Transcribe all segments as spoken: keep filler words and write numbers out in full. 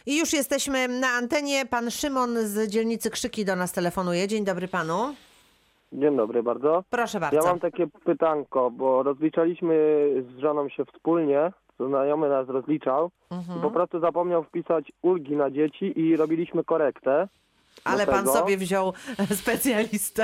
I już jesteśmy na antenie. Pan Szymon z dzielnicy Krzyki do nas telefonuje. Dzień dobry panu. Dzień dobry bardzo. Proszę bardzo. Ja mam takie pytanko, bo rozliczaliśmy z żoną się wspólnie, to znajomy nas rozliczał Mhm. i po prostu zapomniał wpisać ulgi na dzieci i robiliśmy korektę. Ale do pan tego. sobie wziął specjalistę.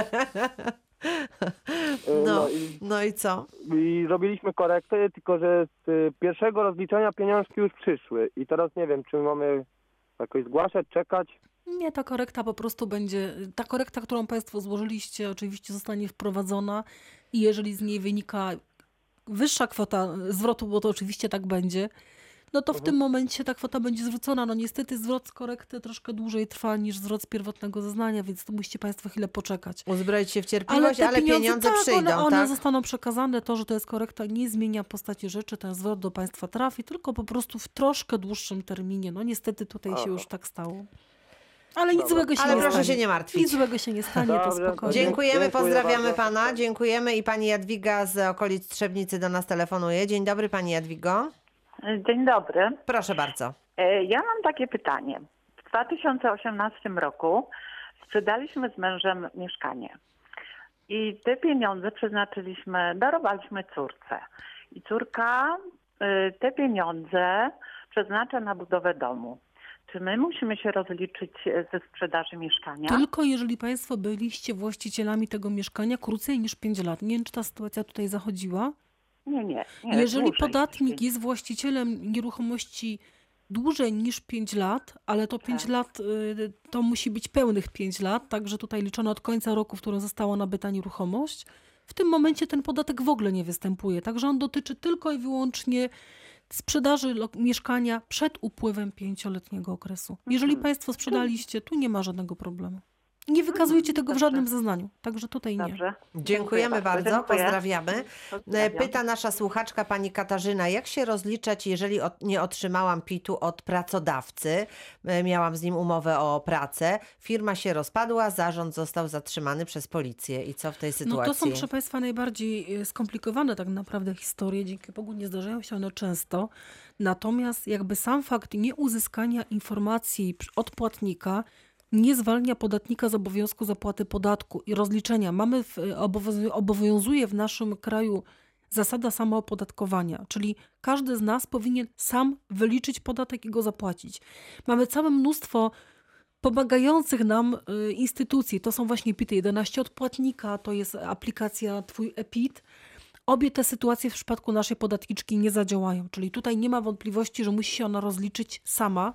Y, No, i, no i co? I robiliśmy korektę, tylko że z y, pierwszego rozliczenia pieniążki już przyszły i teraz nie wiem, czy mamy jakoś zgłaszać, czekać. Nie, ta korekta po prostu będzie, ta korekta, którą Państwo złożyliście, oczywiście zostanie wprowadzona i jeżeli z niej wynika wyższa kwota zwrotu, bo to oczywiście tak będzie, no to w tym momencie ta kwota będzie zwrócona. No niestety zwrot z korekty troszkę dłużej trwa niż zwrot z pierwotnego zeznania, więc to musicie Państwo chwilę poczekać. Uzbroić się w cierpliwość, ale, te pieniądze, tak, przyjdą, one, one tak? zostaną przekazane. To, że to jest korekta, nie zmienia postaci rzeczy. Ten zwrot do Państwa trafi, tylko po prostu w troszkę dłuższym terminie. No niestety tutaj się Aha. już tak stało. Ale nic złego się Ale nie proszę stanie. się nie martwić. Nic złego się nie stanie, to Dobrze, spokojnie. Dziękujemy, Dziękuję pozdrawiamy bardzo. pana. Dziękujemy i pani Jadwiga z okolic Trzebnicy do nas telefonuje. Dzień dobry pani Jadwigo. Dzień dobry. Proszę bardzo. E, Ja mam takie pytanie. W dwa tysiące osiemnastym roku sprzedaliśmy z mężem mieszkanie i te pieniądze przeznaczyliśmy, darowaliśmy córce. I córka y, te pieniądze przeznacza na budowę domu. Czy my musimy się rozliczyć ze sprzedaży mieszkania? Tylko jeżeli Państwo byliście właścicielami tego mieszkania krócej niż pięć lat. Nie wiem, czy ta sytuacja tutaj zachodziła. Nie, nie. nie Jeżeli dłużej. podatnik jest właścicielem nieruchomości dłużej niż pięć lat, ale to pięć Tak. lat y, to musi być pełnych pięć lat, także tutaj liczono od końca roku, w którym została nabyta nieruchomość, w tym momencie ten podatek w ogóle nie występuje. Także on dotyczy tylko i wyłącznie sprzedaży lo- mieszkania przed upływem pięcioletniego okresu. Jeżeli Państwo sprzedaliście, tu nie ma żadnego problemu. Nie wykazujecie tego w dobrze. żadnym zeznaniu, także tutaj nie. Dobrze. Dziękujemy bardzo, Dziękuję. pozdrawiamy. Pozdrawiam. Pyta nasza słuchaczka pani Katarzyna, jak się rozliczać, jeżeli od, nie otrzymałam pitu od pracodawcy? E, Miałam z nim umowę o pracę, firma się rozpadła, zarząd został zatrzymany przez policję. I co w tej No sytuacji? to są, proszę Państwa, najbardziej y, skomplikowane tak naprawdę historie. Dzięki Bogu nie zdarzają się one często. Natomiast jakby sam fakt nieuzyskania informacji przy- od płatnika nie zwalnia podatnika z obowiązku zapłaty podatku i rozliczenia. Mamy w, obowiązu- obowiązuje w naszym kraju zasada samoopodatkowania, czyli każdy z nas powinien sam wyliczyć podatek i go zapłacić. Mamy całe mnóstwo pomagających nam y, instytucji. To są właśnie PIT jedenaście od płatnika, to jest aplikacja Twój e-PIT. Obie te sytuacje w przypadku naszej podatniczki nie zadziałają, czyli tutaj nie ma wątpliwości, że musi się ona rozliczyć sama.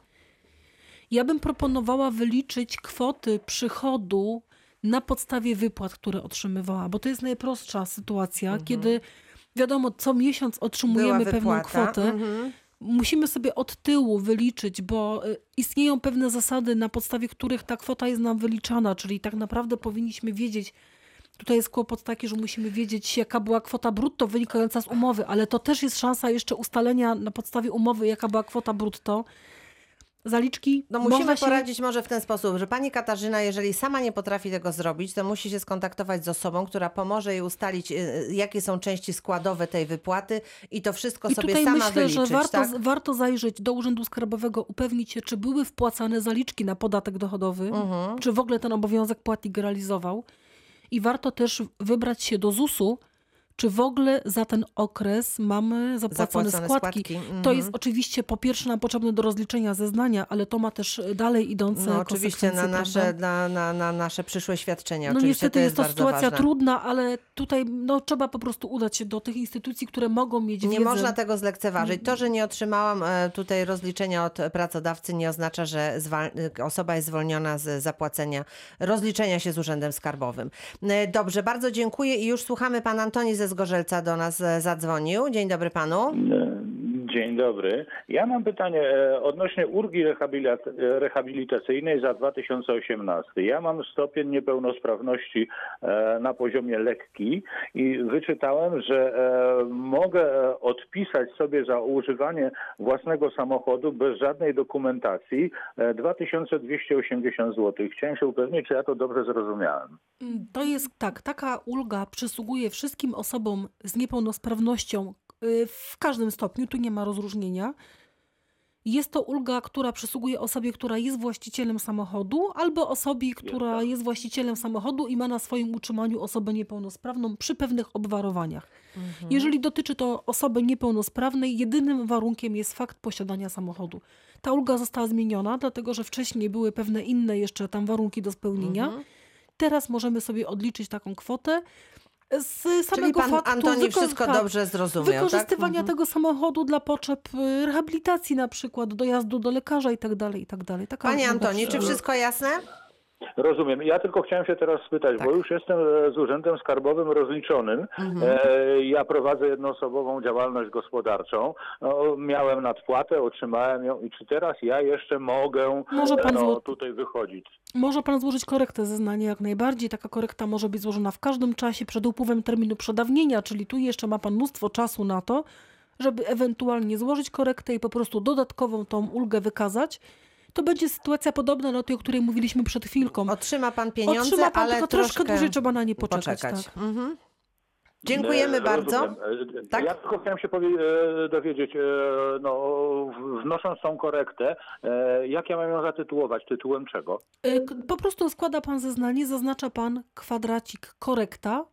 Ja bym proponowała wyliczyć kwoty przychodu na podstawie wypłat, które otrzymywała, bo to jest najprostsza sytuacja, kiedy wiadomo, co miesiąc otrzymujemy Była pewną wypłata. kwotę. Mhm. Musimy sobie od tyłu wyliczyć, bo y, istnieją pewne zasady, na podstawie których ta kwota jest nam wyliczana, czyli tak naprawdę powinniśmy wiedzieć, tutaj jest kłopot taki, że musimy wiedzieć, jaka była kwota brutto wynikająca z umowy, ale to też jest szansa jeszcze ustalenia na podstawie umowy, jaka była kwota brutto. Zaliczki No musimy można się... poradzić może w ten sposób, że pani Katarzyna, jeżeli sama nie potrafi tego zrobić, to musi się skontaktować z osobą, która pomoże jej ustalić, y, jakie są części składowe tej wypłaty i to wszystko I sobie tutaj sama myślę, wyliczyć, że warto, tak? warto zajrzeć do Urzędu Skarbowego, upewnić się, czy były wpłacane zaliczki na podatek dochodowy, Mhm. czy w ogóle ten obowiązek płatnik realizował. I warto też wybrać się do zusu, czy w ogóle za ten okres mamy zapłacone, Zapłacone składki. składki, mhm. To jest oczywiście po pierwsze nam potrzebne do rozliczenia zeznania, ale to ma też dalej idące No oczywiście na konsekwencje, nasze, prawda? na, na, na nasze przyszłe świadczenia. No oczywiście niestety to jest jest, to bardzo sytuacja ważne. trudna, ale tutaj no, trzeba po prostu udać się do tych instytucji, które mogą mieć Nie wiedzę. można tego zlekceważyć. To, że nie otrzymałam e, tutaj rozliczenia od pracodawcy, nie oznacza, że zwal- osoba jest zwolniona z zapłacenia, rozliczenia się z Urzędem Skarbowym. E, Dobrze, bardzo dziękuję i już słuchamy. Pan Antoni ze Zgorzelca do nas e, zadzwonił. Dzień dobry panu. Dzień dobry. Ja mam pytanie e, odnośnie ulgi rehabilita- e, rehabilitacyjnej za dwa tysiące osiemnasty. Ja mam stopień niepełnosprawności e, na poziomie lekki i wyczytałem, że e, mogę e, odpisać sobie za używanie własnego samochodu bez żadnej dokumentacji e, dwa tysiące dwieście osiemdziesiąt złotych. Chciałem się upewnić, czy ja to dobrze zrozumiałem. To jest tak, taka ulga przysługuje wszystkim osobom z niepełnosprawnością y, w każdym stopniu, tu nie ma rozróżnienia. Jest to ulga, która przysługuje osobie, która jest właścicielem samochodu, albo osobie, która tak. jest właścicielem samochodu i ma na swoim utrzymaniu osobę niepełnosprawną przy pewnych obwarowaniach. Mhm. Jeżeli dotyczy to osoby niepełnosprawnej, jedynym warunkiem jest fakt posiadania samochodu. Ta ulga została zmieniona, dlatego że wcześniej były pewne inne jeszcze tam warunki do spełnienia. Mhm. Teraz możemy sobie odliczyć taką kwotę z Czyli samego pan faktu Antoni wyko- wszystko tak, dobrze zrozumiał, wykorzystywania tak? Mhm. tego samochodu dla potrzeb y, rehabilitacji na przykład, dojazdu do lekarza i tak dalej, i tak dalej. Taka Panie ulga Antoni, czy przyszła. wszystko jasne? Rozumiem. Ja tylko chciałem się teraz spytać, Tak. bo już jestem e, z Urzędem Skarbowym rozliczonym. Mhm. E, ja prowadzę jednoosobową działalność gospodarczą. No, miałem nadpłatę, otrzymałem ją i czy teraz ja jeszcze mogę Może pan no, zło- tutaj wychodzić? Może pan złożyć korektę zeznania jak najbardziej. Taka korekta może być złożona w każdym czasie przed upływem terminu przedawnienia, czyli tu jeszcze ma pan mnóstwo czasu na to, żeby ewentualnie złożyć korektę i po prostu dodatkową tą ulgę wykazać. To będzie sytuacja podobna do tej, o której mówiliśmy przed chwilką. Otrzyma pan pieniądze, Otrzyma pan, ale tylko troszkę dłużej trzeba na nie poczekać. poczekać. Tak. Mhm. Dziękujemy E, bardzo. rozumiem. E, Tak? Ja tylko chciałem się powie- e, dowiedzieć, e, no, w- wnosząc tą korektę, e, jak ja mam ją zatytułować, tytułem czego? Y, k- Po prostu składa pan zeznanie, zaznacza pan kwadracik korekta.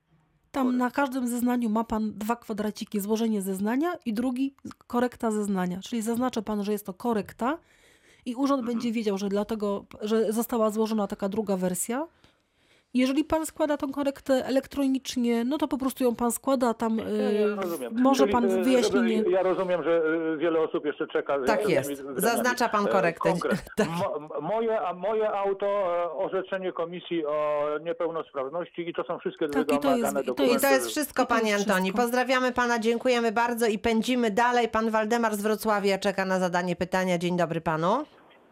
Tam na każdym zeznaniu ma pan dwa kwadraciki, złożenie zeznania i drugi korekta zeznania. Czyli zaznacza pan, że jest to korekta i urząd będzie wiedział, że dlatego, że została złożona taka druga wersja. Jeżeli pan składa tą korektę elektronicznie, no to po prostu ją pan składa, tam Ja, y, ja rozumiem. może Czyli, pan e, wyjaśnienie... żeby- Ja rozumiem, że e, wiele osób jeszcze czeka. Tak z- jest. z- z- Zaznacza pan e, korektę. Konkret. Tak. Mo, moje, a moje auto, e, orzeczenie Komisji o Niepełnosprawności i to są wszystkie Tak, i to wymagane jest- i to dokumenty. I to jest wszystko, I to jest panie Antoni. wszystko. Pozdrawiamy pana, dziękujemy bardzo i pędzimy dalej. Pan Waldemar z Wrocławia czeka na zadanie pytania. Dzień dobry panu.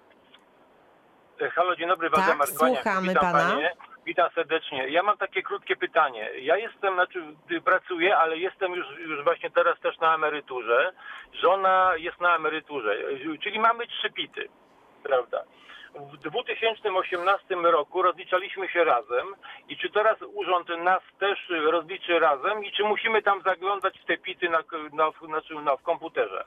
Halo, dzień dobry, Tak, Waldemar Kłaniak. słuchamy Witam pana. Panie. Witam serdecznie. Ja mam takie krótkie pytanie. Ja jestem, znaczy pracuję, ale jestem już, już właśnie teraz też na emeryturze. Żona jest na emeryturze, czyli mamy trzy pity, prawda? W dwa tysiące osiemnastym roku rozliczaliśmy się razem i czy teraz urząd nas też rozliczy razem i czy musimy tam zaglądać w te pity na, na, znaczy na, w komputerze?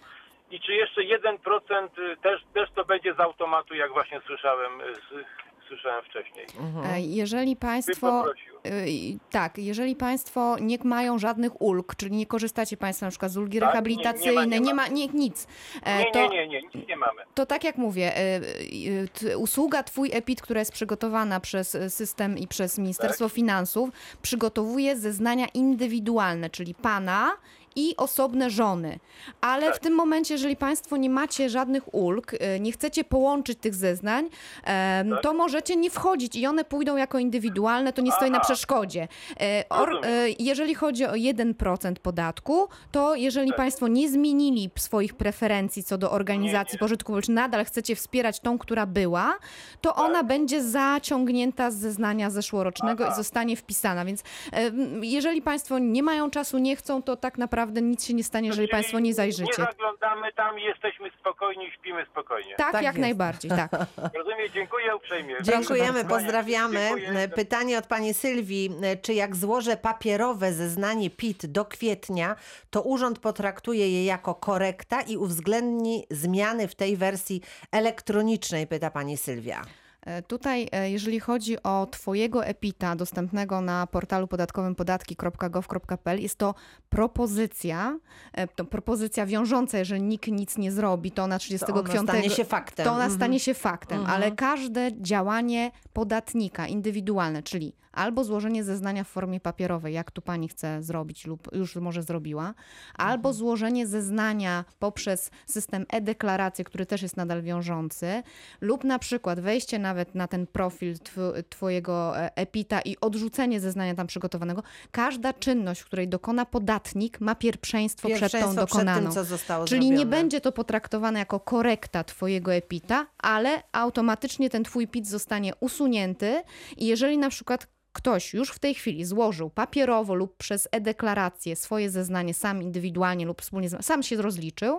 I czy jeszcze jeden procent też, też to będzie z automatu, jak właśnie słyszałem, z, słyszałem wcześniej. E, Jeżeli państwo, Bym poprosił. y, tak, jeżeli państwo nie mają żadnych ulg, czyli nie korzystacie państwo na przykład z ulgi Tak, rehabilitacyjnej, nie- nie ma, nie ma nie, nic, e, Nie, to, nie, nie, nie, nic nie mamy. to tak jak mówię, y, y, t- usługa Twój EPIT, która jest przygotowana przez y, system i przez Ministerstwo Finansów, przygotowuje zeznania indywidualne, czyli pana i osobne żony. Ale w tym momencie, jeżeli państwo nie macie żadnych ulg, y, nie chcecie połączyć tych zeznań, em, to możecie nie wchodzić i one pójdą jako indywidualne, to nie stoi na Aha. przeszkodzie. E, Or, Rozumiem. e, jeżeli chodzi o jeden procent podatku, to jeżeli państwo nie zmienili swoich preferencji co do organizacji Nie, nie. pożytku publicznego, nadal chcecie wspierać tą, która była, to ona będzie zaciągnięta z zeznania zeszłorocznego Aha. i zostanie wpisana. Więc e, m, jeżeli państwo nie mają czasu, nie chcą, to tak naprawdę nic się nie stanie, jeżeli Czyli państwo nie zajrzycie. Nie zaglądamy tam i jesteśmy spokojni, śpimy spokojnie. Tak, Tak jak jest. najbardziej, tak. Rozumiem, dziękuję uprzejmie. Dziękujemy, Bardzo. pozdrawiamy. Dziękuję. Pytanie od pani Sylwii. Czy jak złożę papierowe zeznanie PIT do kwietnia, to urząd potraktuje je jako korekta i uwzględni zmiany w tej wersji elektronicznej, pyta pani Sylwia. E, Tutaj, e, jeżeli chodzi o Twojego EPIT-a dostępnego na portalu podatkowym podatki kropka gov kropka p l, jest to propozycja, e, to propozycja wiążąca, jeżeli nikt nic nie zrobi, to ona trzydziestego ona piątego stanie się faktem. To ona Mhm. stanie się faktem, Mhm. ale każde działanie podatnika indywidualne, czyli albo złożenie zeznania w formie papierowej, jak tu pani chce zrobić lub już może zrobiła, albo złożenie zeznania poprzez system e-deklaracji, który też jest nadal wiążący, lub na przykład wejście nawet na ten profil tw- twojego e, EPIT-a i odrzucenie zeznania tam przygotowanego. Każda czynność, której dokona podatnik, ma pierwszeństwo, przed tą Pierwszeństwo przed dokonaną. tym, co zostało Czyli zrobione. nie będzie to potraktowane jako korekta twojego EPIT-a, ale automatycznie ten twój PIT zostanie usunięty i jeżeli na przykład ktoś już w tej chwili złożył papierowo lub przez e-deklarację swoje zeznanie sam indywidualnie lub wspólnie, z- sam się rozliczył,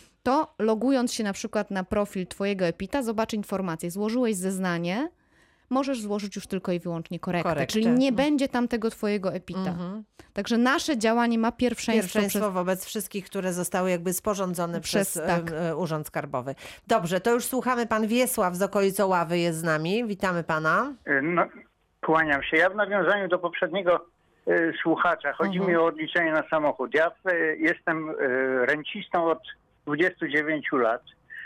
to logując się na przykład na profil twojego EPIT-a, zobacz informację, złożyłeś zeznanie, możesz złożyć już tylko i wyłącznie korektę. Korektę. Czyli nie Mhm. będzie tam tego twojego epita. Mhm. Także nasze działanie ma pierwszeństwo. Pierwszeństwo Przez... wobec wszystkich, które zostały jakby sporządzone przez, Przez- tak. e, e, Urząd Skarbowy. Dobrze, to już słuchamy. Pan Wiesław z okolicy Ławy jest z nami. Witamy pana. No, kłaniam się. Ja w nawiązaniu do poprzedniego y, słuchacza, chodzi Mhm. mi o odliczenie na samochód. Ja y, jestem y, rencistą od dwudziestu dziewięciu lat.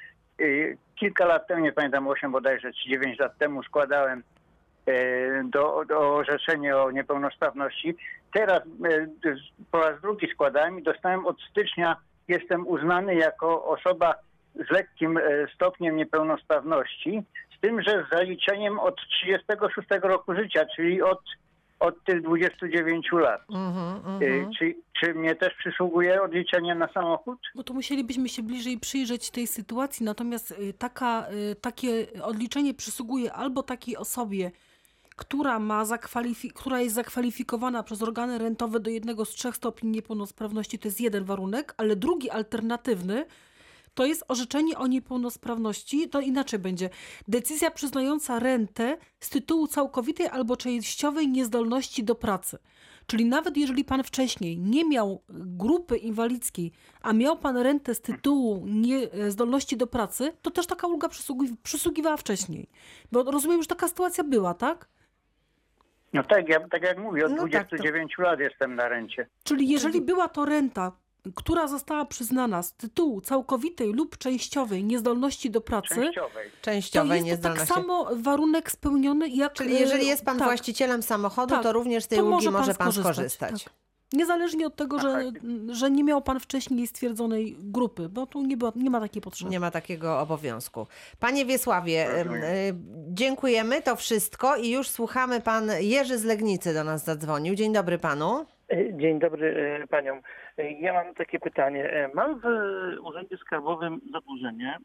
Y, kilka lat temu, nie pamiętam, osiem bodajże, czy dziewięć lat temu składałem y, do, do orzeczenie o niepełnosprawności. Teraz y, po raz drugi składałem i dostałem od stycznia, jestem uznany jako osoba z lekkim y, stopniem niepełnosprawności, z tym, że z zaliczeniem od trzydziestego szóstego roku życia, czyli od, od tych dwudziestu dziewięciu lat. Mhm, Y, mhm. Czy, czy mnie też przysługuje odliczenie na samochód? No to musielibyśmy się bliżej przyjrzeć tej sytuacji, natomiast y, taka, y, takie odliczenie przysługuje albo takiej osobie, która, ma zakwalifi- która jest zakwalifikowana przez organy rentowe do jednego z trzech stopni niepełnosprawności, to jest jeden warunek, ale drugi alternatywny to jest orzeczenie o niepełnosprawności, to inaczej będzie. Decyzja przyznająca rentę z tytułu całkowitej albo częściowej niezdolności do pracy. Czyli nawet jeżeli pan wcześniej nie miał grupy inwalidzkiej, a miał pan rentę z tytułu niezdolności do pracy, to też taka ulga przysługi- przysługiwała wcześniej. Bo rozumiem, że taka sytuacja była, tak? No tak, ja, tak jak mówię, od No tak, dwudziestu to- dziewięciu lat jestem na rencie. Czyli jeżeli była to renta, która została przyznana z tytułu całkowitej lub częściowej niezdolności do pracy, Częściowej. to Częściowej jest to tak niezdolności. samo warunek spełniony jak... Czyli jeżeli e, jest pan tak, właścicielem samochodu, tak, to również z tej to ulgi może pan pan skorzystać, skorzystać. tak. Niezależnie od tego, że, Aha. że nie miał pan wcześniej stwierdzonej grupy, bo tu nie, była, nie ma takiej potrzeby. Nie ma takiego obowiązku. Panie Wiesławie, em, Rozumiem. y, dziękujemy, to wszystko i już słuchamy. Pan Jerzy z Legnicy do nas zadzwonił. Dzień dobry panu. Dzień dobry e, paniom. E, Ja mam takie pytanie. E, Mam w Urzędzie Skarbowym zadłużenie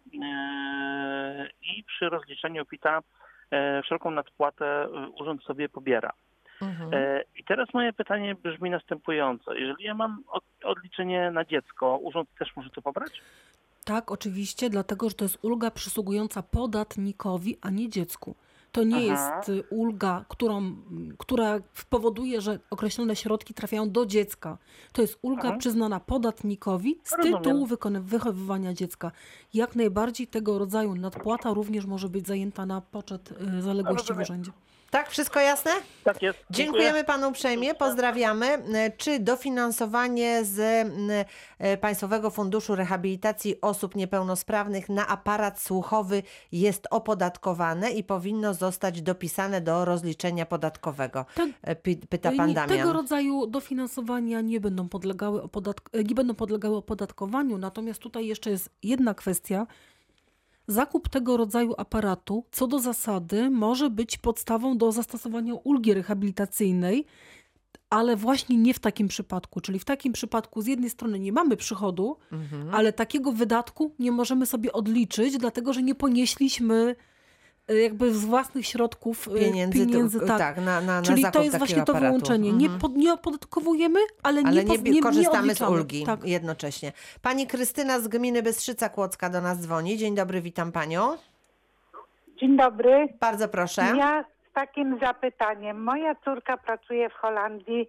e, i przy rozliczeniu PIT-a e, wszelką nadpłatę e, urząd sobie pobiera. Mhm. E, I teraz moje pytanie brzmi następująco. Jeżeli ja mam od- odliczenie na dziecko, urząd też może to pobrać? Tak, oczywiście, dlatego że to jest ulga przysługująca podatnikowi, a nie dziecku. To nie Aha. jest y, ulga, którą, która powoduje, że określone środki trafiają do dziecka. To jest ulga Aha. przyznana podatnikowi z Rozumiem. tytułu wykony- wychowywania dziecka. Jak najbardziej tego rodzaju nadpłata również może być zajęta na poczet y, zaległości w Rozumiem. urzędzie. Tak, wszystko jasne? Tak jest. Dziękujemy panu uprzejmie, pozdrawiamy. Czy dofinansowanie z e, Państwowego Funduszu Rehabilitacji Osób Niepełnosprawnych na aparat słuchowy jest opodatkowane i powinno zostać dopisane do rozliczenia podatkowego? Tak. E, pi- Pyta Nie, pan Tego Damian. rodzaju dofinansowania nie będą podlegały, opodatk- nie będą podlegały opodatkowaniu, natomiast tutaj jeszcze jest jedna kwestia. Zakup tego rodzaju aparatu co do zasady może być podstawą do zastosowania ulgi rehabilitacyjnej, ale właśnie nie w takim przypadku. Czyli w takim przypadku z jednej strony nie mamy przychodu, Mhm. ale takiego wydatku nie możemy sobie odliczyć, dlatego że nie ponieśliśmy y, jakby z własnych środków y, Pieniędzy, pieniędzy to- tak. tak, na, na, na Czyli zakup to jest takiego właśnie to aparatu. wyłączenie. Nie, Mhm. pod, nie opodatkowujemy, ale, Ale nie, nie, pos- nie, nie korzystamy z odliczamy. ulgi Tak. jednocześnie. Pani Krystyna z gminy Bystrzyca Kłodzka do nas dzwoni. Dzień dobry, witam panią. Dzień dobry. Bardzo proszę. Ja z takim zapytaniem. Moja córka pracuje w Holandii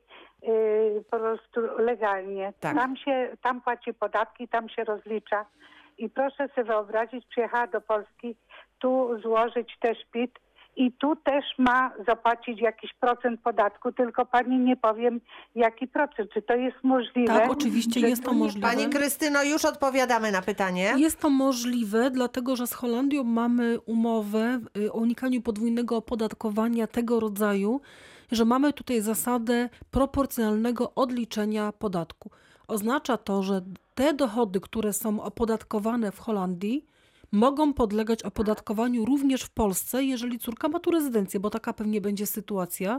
yy, po prostu legalnie. Tak. Tam się, tam płaci podatki, tam się rozlicza. I proszę sobie wyobrazić, przyjechała do Polski, tu złożyć też PIT i tu też ma zapłacić jakiś procent podatku, tylko pani nie powiem jaki procent. Czy to jest możliwe? Tak, oczywiście że jest to nie- możliwe. Pani Krystyno, już odpowiadamy na pytanie. Jest to możliwe, dlatego że z Holandią mamy umowę y, o unikaniu podwójnego opodatkowania tego rodzaju, że mamy tutaj zasadę proporcjonalnego odliczenia podatku. Oznacza to, że te dochody, które są opodatkowane w Holandii, mogą podlegać opodatkowaniu również w Polsce, jeżeli córka ma tu rezydencję, bo taka pewnie będzie sytuacja.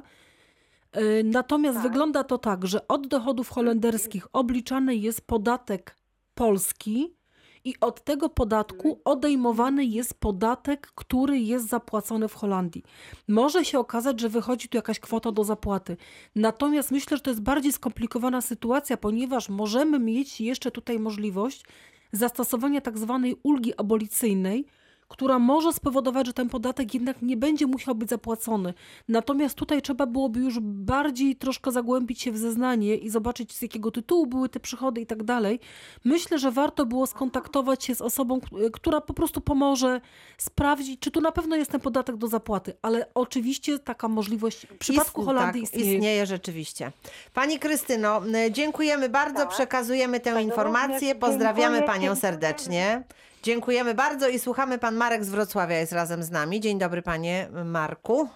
Y, Natomiast wygląda to tak, że od dochodów holenderskich obliczany jest podatek polski i od tego podatku odejmowany jest podatek, który jest zapłacony w Holandii. Może się okazać, że wychodzi tu jakaś kwota do zapłaty. Natomiast myślę, że to jest bardziej skomplikowana sytuacja, ponieważ możemy mieć jeszcze tutaj możliwość zastosowania tak zwanej ulgi abolicyjnej, która może spowodować, że ten podatek jednak nie będzie musiał być zapłacony. Natomiast tutaj trzeba byłoby już bardziej troszkę zagłębić się w zeznanie i zobaczyć, z jakiego tytułu były te przychody i tak dalej. Myślę, że warto było skontaktować się z osobą, która po prostu pomoże sprawdzić, czy tu na pewno jest ten podatek do zapłaty, ale oczywiście taka możliwość w przypadku Ist- Holandii tak, istnieje. istnieje rzeczywiście. Pani Krystyno, y, dziękujemy bardzo, przekazujemy tę informację, również pozdrawiamy dziękuję, Panią dziękujemy. serdecznie. Dziękujemy bardzo i słuchamy, Pan Marek z Wrocławia jest razem z nami. Dzień dobry, Panie Marku.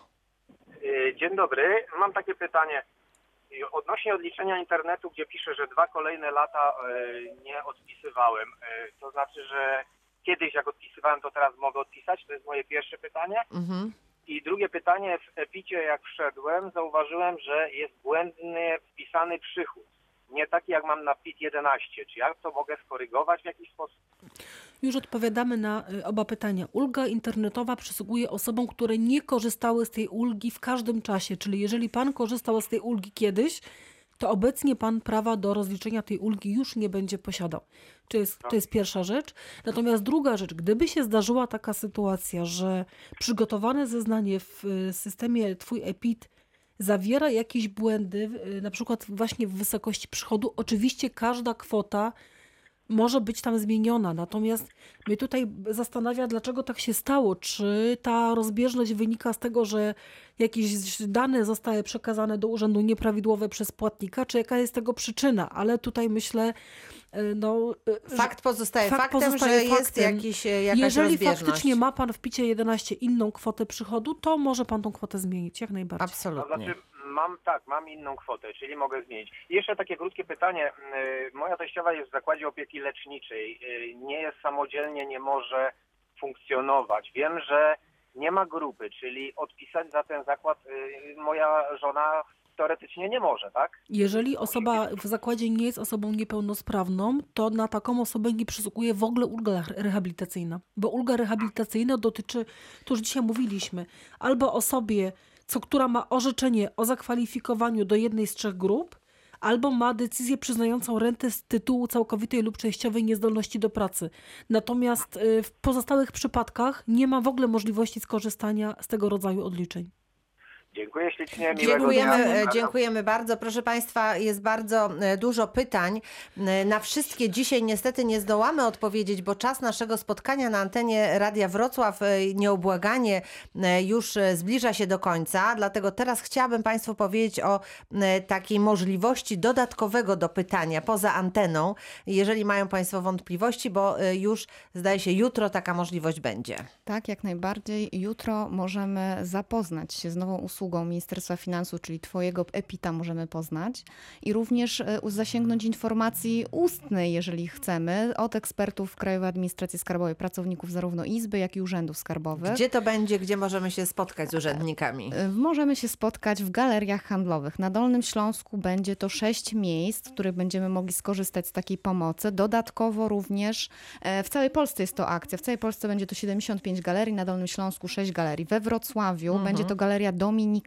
Dzień dobry. Mam takie pytanie. Odnośnie odliczenia internetu, gdzie pisze, że dwa kolejne lata e, nie odpisywałem. E, to znaczy, że kiedyś jak odpisywałem, to teraz mogę odpisać? To jest moje pierwsze pytanie. Mhm. I drugie pytanie. W Epicie jak wszedłem, zauważyłem, że jest błędny wpisany przychód. Nie taki jak mam na P I T jedenaście. Czy ja to mogę skorygować w jakiś sposób? Już odpowiadamy na y, oba pytania. Ulga internetowa przysługuje osobom, które nie korzystały z tej ulgi w każdym czasie. Czyli jeżeli pan korzystał z tej ulgi kiedyś, to obecnie pan prawa do rozliczenia tej ulgi już nie będzie posiadał. To jest, to jest pierwsza rzecz. Natomiast druga rzecz, gdyby się zdarzyła taka sytuacja, że przygotowane zeznanie w y, systemie Twój E P I T zawiera jakieś błędy, y, na przykład właśnie w wysokości przychodu, oczywiście każda kwota może być tam zmieniona. Natomiast mnie tutaj zastanawia, dlaczego tak się stało. Czy ta rozbieżność wynika z tego, że jakieś dane zostały przekazane do urzędu nieprawidłowe przez płatnika, czy jaka jest tego przyczyna? Ale tutaj myślę, y, no... y, Fakt pozostaje fakt faktem, pozostaje że jest faktem. jakiś, e, jakaś Jeżeli rozbieżność. faktycznie ma pan w picie jedenaście inną kwotę przychodu, to może pan tą kwotę zmienić, jak najbardziej. To Absolutnie. znaczy, mam tak, mam inną kwotę, czyli mogę zmienić. I jeszcze takie krótkie pytanie. Y, Moja teściowa jest w zakładzie opieki leczniczej. Y, Nie jest samodzielnie, nie może funkcjonować. Wiem, że nie ma grupy, czyli odpisać za ten zakład y, moja żona teoretycznie nie może, tak? Jeżeli osoba w zakładzie nie jest osobą niepełnosprawną, to na taką osobę nie przysługuje w ogóle ulga rehabilitacyjna. Bo ulga rehabilitacyjna dotyczy, to już dzisiaj mówiliśmy, albo osobie, co, która ma orzeczenie o zakwalifikowaniu do jednej z trzech grup, albo ma decyzję przyznającą rentę z tytułu całkowitej lub częściowej niezdolności do pracy. Natomiast y, w pozostałych przypadkach nie ma w ogóle możliwości skorzystania z tego rodzaju odliczeń. Dziękuję ślicznie. Miłego Dziękujemy, dnia. e, dziękujemy bardzo. Proszę Państwa, jest bardzo e, dużo pytań. E, Na wszystkie dzisiaj niestety nie zdołamy odpowiedzieć, bo czas naszego spotkania na antenie Radia Wrocław e, nieubłaganie e, już e, zbliża się do końca. Dlatego teraz chciałabym Państwu powiedzieć o e, takiej możliwości dodatkowego dopytania poza anteną, jeżeli mają Państwo wątpliwości, bo e, już zdaje się jutro taka możliwość będzie. Tak, jak najbardziej. Jutro możemy zapoznać się z nową usługą Ministerstwa Finansów, czyli Twojego E P I T-a możemy poznać i również e, zasięgnąć informacji ustnej, jeżeli chcemy, od ekspertów Krajowej Administracji Skarbowej, pracowników zarówno Izby, jak i Urzędów Skarbowych. Gdzie to będzie, gdzie możemy się spotkać z urzędnikami? E, Możemy się spotkać w galeriach handlowych. Na Dolnym Śląsku będzie to sześć miejsc, w których będziemy mogli skorzystać z takiej pomocy. Dodatkowo również e, w całej Polsce jest to akcja. W całej Polsce będzie to siedemdziesiąt pięć galerii, na Dolnym Śląsku sześć galerii. We Wrocławiu Mhm. będzie to galeria Dominikańska,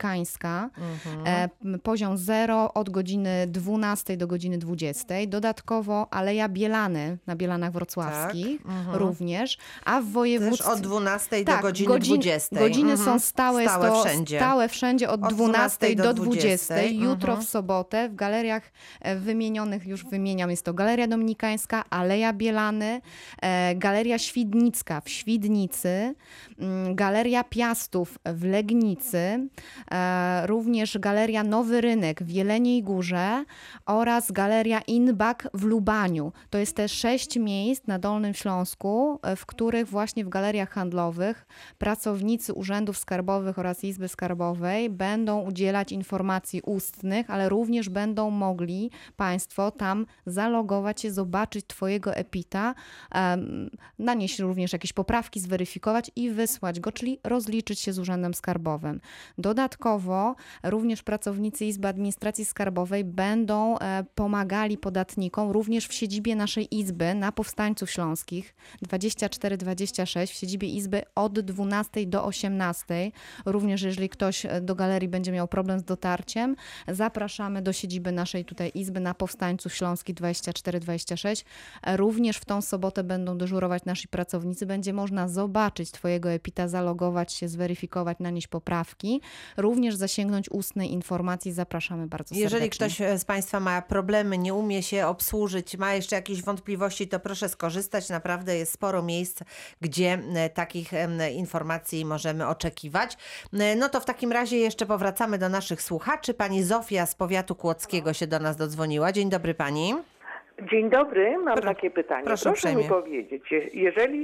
Mhm. e, m, poziom zero od godziny dwunastej do godziny dwudziestej. Dodatkowo Aleja Bielany na Bielanach Wrocławskich Tak, mhm. również, a w Też województwie... od dwunastej Tak, do godziny godzin- dwudziestej. Godziny Mhm. są stałe, Stałe jest to wszędzie. stałe wszędzie od, Od dwunastej do dwunastej. dwudziestej. Jutro Mhm. w sobotę w galeriach e, wymienionych, już wymieniam, jest to Galeria Dominikańska, Aleja Bielany, e, Galeria Świdnicka w Świdnicy, mm, Galeria Piastów w Legnicy, e, również Galeria Nowy Rynek w Jeleniej Górze oraz Galeria Inbak w Lubaniu. To jest te sześć miejsc na Dolnym Śląsku, e, w których właśnie w galeriach handlowych pracownicy urzędów skarbowych oraz Izby Skarbowej będą udzielać informacji ustnych, ale również będą mogli Państwo tam zalogować się, zobaczyć Twojego E P I T-a, em, nanieść również jakieś poprawki, zweryfikować i wysłać go, czyli rozliczyć się z Urzędem Skarbowym. Dodam Dodatkowo również pracownicy Izby Administracji Skarbowej będą e, pomagali podatnikom również w siedzibie naszej Izby na Powstańców Śląskich dwadzieścia cztery dwadzieścia sześć, w siedzibie Izby od dwunastej do osiemnastej. Również jeżeli ktoś do galerii będzie miał problem z dotarciem, zapraszamy do siedziby naszej tutaj Izby na Powstańców Śląskich dwadzieścia cztery dwadzieścia sześć. Również w tą sobotę będą dyżurować nasi pracownicy. Będzie można zobaczyć Twojego EPIT-a, zalogować się, zweryfikować, nanieść poprawki. Również zasięgnąć ustnej informacji. Zapraszamy bardzo serdecznie. Jeżeli ktoś z Państwa ma problemy, nie umie się obsłużyć, ma jeszcze jakieś wątpliwości, to proszę skorzystać. Naprawdę jest sporo miejsc, gdzie takich informacji możemy oczekiwać. No to w takim razie jeszcze powracamy do naszych słuchaczy. Pani Zofia z powiatu kłodzkiego się do nas dodzwoniła. Dzień dobry Pani. Dzień dobry, mam Pro, takie pytanie. Proszę, Proszę uprzejmie. mi powiedzieć, jeżeli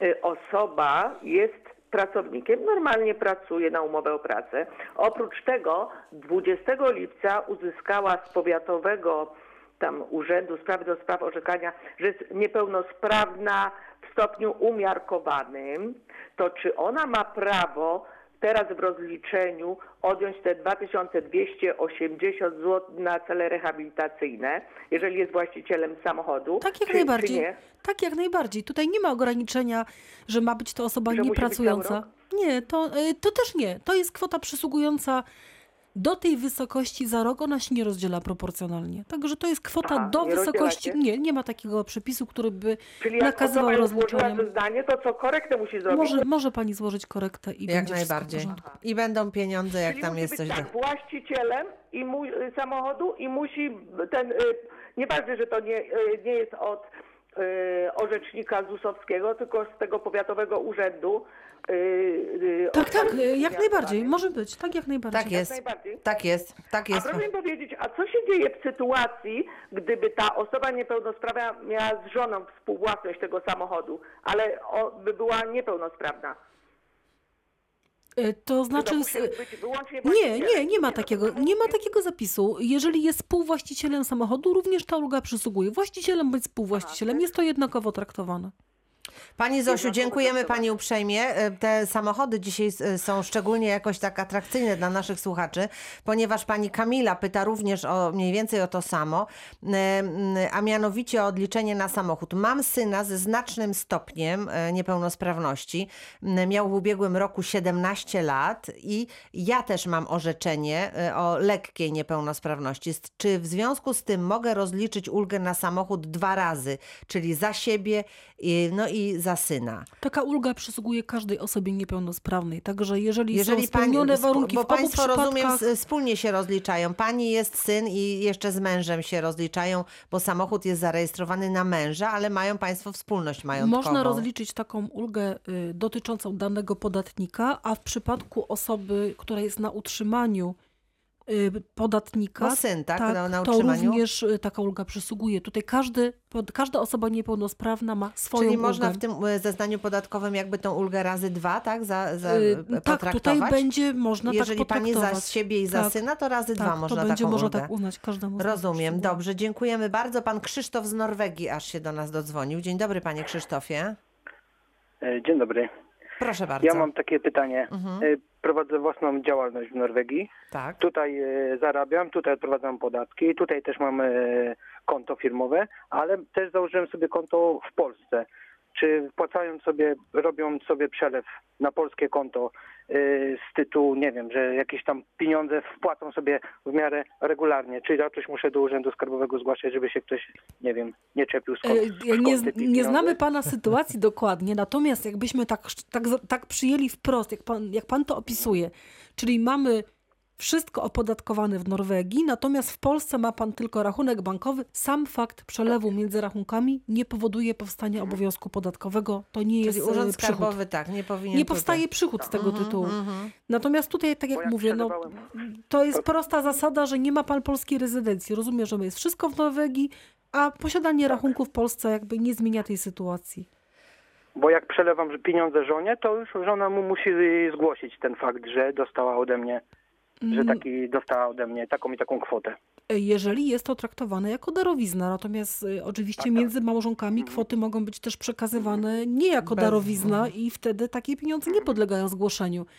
osoba jest pracownikiem, normalnie pracuje na umowę o pracę, oprócz tego dwudziestego lipca uzyskała z powiatowego tam urzędu sprawy do spraw orzekania, że jest niepełnosprawna w stopniu umiarkowanym, to czy ona ma prawo teraz w rozliczeniu odjąć te dwa tysiące dwieście osiemdziesiąt złotych na cele rehabilitacyjne, jeżeli jest właścicielem samochodu? Tak jak czy, najbardziej. Czy nie? Tak jak najbardziej. Tutaj nie ma ograniczenia, że ma być to osoba Że musi być niepracująca. cały rok? Nie, to, to też nie. To jest kwota przysługująca do tej wysokości za rok, ona się nie rozdziela proporcjonalnie. Także to jest kwota Aha, do nie wysokości. rozdziela się? Nie, nie ma takiego przepisu, który by Czyli jak nakazywał osoba już złożyła rozliczenie. zeznanie, to co, korektę musi zrobić? Może, może pani złożyć korektę i Jak będzie wszystko w najbardziej. porządku. I będą pieniądze, jak Czyli tam musi jest być coś. tak, do... właścicielem i mu, y, samochodu i musi ten, y, nieważne, że to nie, y, nie jest od y, orzecznika zusowskiego, tylko z tego powiatowego urzędu. Y, y, Tak, tak, od- jak najbardziej. Może być, tak jak najbardziej. Tak jest. najbardziej. Tak jest. Tak A jest. proszę mi powiedzieć, a co się dzieje w sytuacji, gdyby ta osoba niepełnosprawna miała z żoną współwłasność tego samochodu, ale o, by była niepełnosprawna? Y, To znaczy... to musi być wyłącznie Nie, właścicielem? nie, nie ma takiego, nie ma takiego zapisu. Jeżeli jest współwłaścicielem samochodu, również ta ulga przysługuje. Właścicielem bądź współwłaścicielem jest to jednakowo traktowane. Pani Zosiu, dziękujemy Pani uprzejmie. Te samochody dzisiaj są szczególnie jakoś tak atrakcyjne dla naszych słuchaczy, ponieważ Pani Kamila pyta również o mniej więcej o to samo, a mianowicie o odliczenie na samochód. Mam syna ze znacznym stopniem niepełnosprawności. Miał w ubiegłym roku siedemnaście lat i ja też mam orzeczenie o lekkiej niepełnosprawności. Czy w związku z tym mogę rozliczyć ulgę na samochód dwa razy, czyli za siebie, no i za syna? Taka ulga przysługuje każdej osobie niepełnosprawnej, także jeżeli, Jeżeli są spełnione pani, warunki bo w obu Państwo przypadkach... rozumiem s- wspólnie się rozliczają. Pani jest syn i jeszcze z mężem się rozliczają, bo samochód jest zarejestrowany na męża, ale mają Państwo wspólność majątkową. Można rozliczyć taką ulgę y, dotyczącą danego podatnika, a w przypadku osoby, która jest na utrzymaniu y, podatnika, Bo syn, tak, na- na to utrzymaniu? również y, taka ulga przysługuje. Tutaj każdy, pod, każda osoba niepełnosprawna ma swoją Czyli można ulgę. w tym y, zeznaniu podatkowym jakby tą ulgę razy dwa, tak, za, za Y, y, tak, tutaj potraktować? będzie można Jeżeli tak Pani za potraktować. siebie i za Tak, syna, to razy tak, dwa można to będzie taką można ulgę. tak uznać każdemu. z nas Rozumiem, przysługuje. dobrze, dziękujemy bardzo. Pan Krzysztof z Norwegii aż się do nas dodzwonił. Dzień dobry Panie Krzysztofie. Dzień dobry. Proszę bardzo. Ja mam takie pytanie. Mhm. E, Prowadzę własną działalność w Norwegii. Tak. Tutaj e, zarabiam, tutaj odprowadzam podatki, tutaj też mam e, konto firmowe, ale też założyłem sobie konto w Polsce. Czy wpłacając sobie, robią sobie przelew na polskie konto e, z tytułu, nie wiem, że jakieś tam pieniądze wpłacą sobie w miarę regularnie, czy raczej muszę do Urzędu Skarbowego zgłaszać, żeby się ktoś, nie wiem, nie czepił skąd, E, Nie, skąd te nie pieniądze? znamy Pana sytuacji dokładnie, natomiast jakbyśmy tak, tak, tak przyjęli wprost, jak pan, jak pan to opisuje, czyli mamy wszystko opodatkowane w Norwegii, natomiast w Polsce ma Pan tylko rachunek bankowy, sam fakt przelewu między rachunkami nie powoduje powstania obowiązku podatkowego. To nie Czyli jest Urząd e, przychód. Skarbowy tak, nie powinien Nie tutaj. powstaje przychód z tego Mhm, tytułu. mhm. Natomiast tutaj, tak jak, jak mówię, no, przelewałem- to jest prosta zasada, że nie ma Pan polskiej rezydencji. Rozumiem, że jest wszystko w Norwegii, a posiadanie rachunku w Polsce jakby nie zmienia tej sytuacji. Bo jak przelewam pieniądze żonie, to już żona mu musi zgłosić ten fakt, że dostała ode mnie, że taki dostała ode mnie taką i taką kwotę. Jeżeli jest to traktowane jako darowizna. Natomiast y, oczywiście między małżonkami kwoty mogą być też przekazywane nie jako Bez- darowizna i wtedy takie pieniądze nie podlegają zgłoszeniu.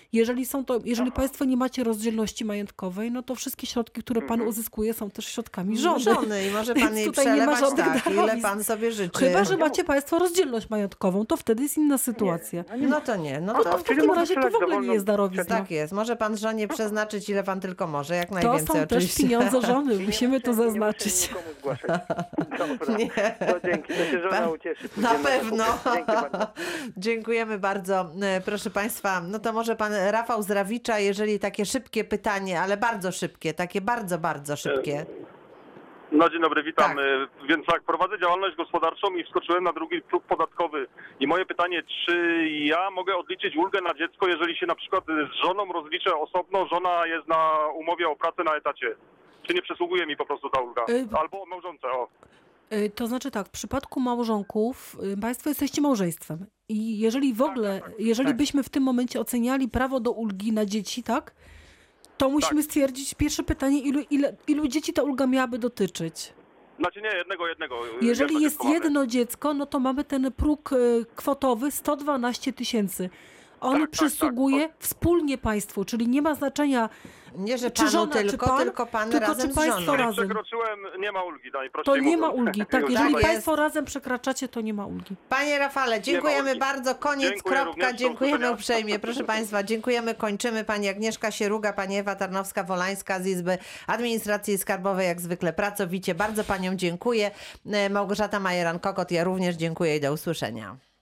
Jeżeli są to, jeżeli Państwo nie macie rozdzielności majątkowej, no to wszystkie środki, które Pan uzyskuje, są też środkami żony. Żony i może pan Więc jej tutaj nie ma przelewać żadnych tak, ile darowizn. pan sobie życzy. Chyba, że macie Państwo rozdzielność majątkową, to wtedy jest inna sytuacja. No to nie, no No to... to w takim razie to w ogóle nie jest darowizna. Tak jest, może pan żonie przeznaczyć, ile pan tylko może, jak To najwięcej są też oczywiście. pieniądze żony, musimy to Nie muszę zaznaczyć. nikomu zgłaszać. Dobra, Nie. to dzięki, to się żona Pa- ucieszy. Na Pójdziemy pewno. zakupy. Dzięki bardzo. Dziękujemy bardzo. E, Proszę Państwa, no to może pan Rafał z Rawicza, jeżeli takie szybkie pytanie, ale bardzo szybkie, takie bardzo, bardzo szybkie. No dzień dobry, witam. Tak. E, Więc tak, prowadzę działalność gospodarczą i wskoczyłem na drugi próg podatkowy. I moje pytanie, czy ja mogę odliczyć ulgę na dziecko, jeżeli się na przykład z żoną rozliczę osobno, żona jest na umowie o pracę na etacie? Czy nie przysługuje mi po prostu ta ulga? Y- Albo małżonce, o. Y, To znaczy tak, w przypadku małżonków y, Państwo jesteście małżeństwem i jeżeli w ogóle, jeżeli tak. byśmy w tym momencie oceniali prawo do ulgi na dzieci, tak, to musimy stwierdzić pierwsze pytanie, ilu, ile, ilu dzieci ta ulga miałaby dotyczyć. Znaczy nie, jednego, jednego. Jeżeli Jedno jest dziecko mamy. jedno dziecko, no to mamy ten próg y, kwotowy sto dwanaście tysięcy. On Tak, tak, przysługuje tak. wspólnie państwu, czyli nie ma znaczenia, Nie, że czy panu żona, czy tylko, pan, tylko pan tylko razem czy z państwo żoną. Jeżeli razem. przekroczyłem, nie ma ulgi, najprościej To nie ma mówiąc. ulgi. Tak, Już jeżeli tak państwo jest. razem przekraczacie, to nie ma ulgi. Panie Rafale, dziękujemy ulgi. bardzo. Koniec, Dziękuję kropka. również, do Dziękujemy usłyszenia. uprzejmie. Proszę Państwa, dziękujemy. Kończymy. Pani Agnieszka Sieruga, pani Ewa Tarnowska-Wolańska z Izby Administracji Skarbowej, jak zwykle pracowicie. Bardzo paniom dziękuję. E, Małgorzata Majeran-Kokot, ja również dziękuję i do usłyszenia.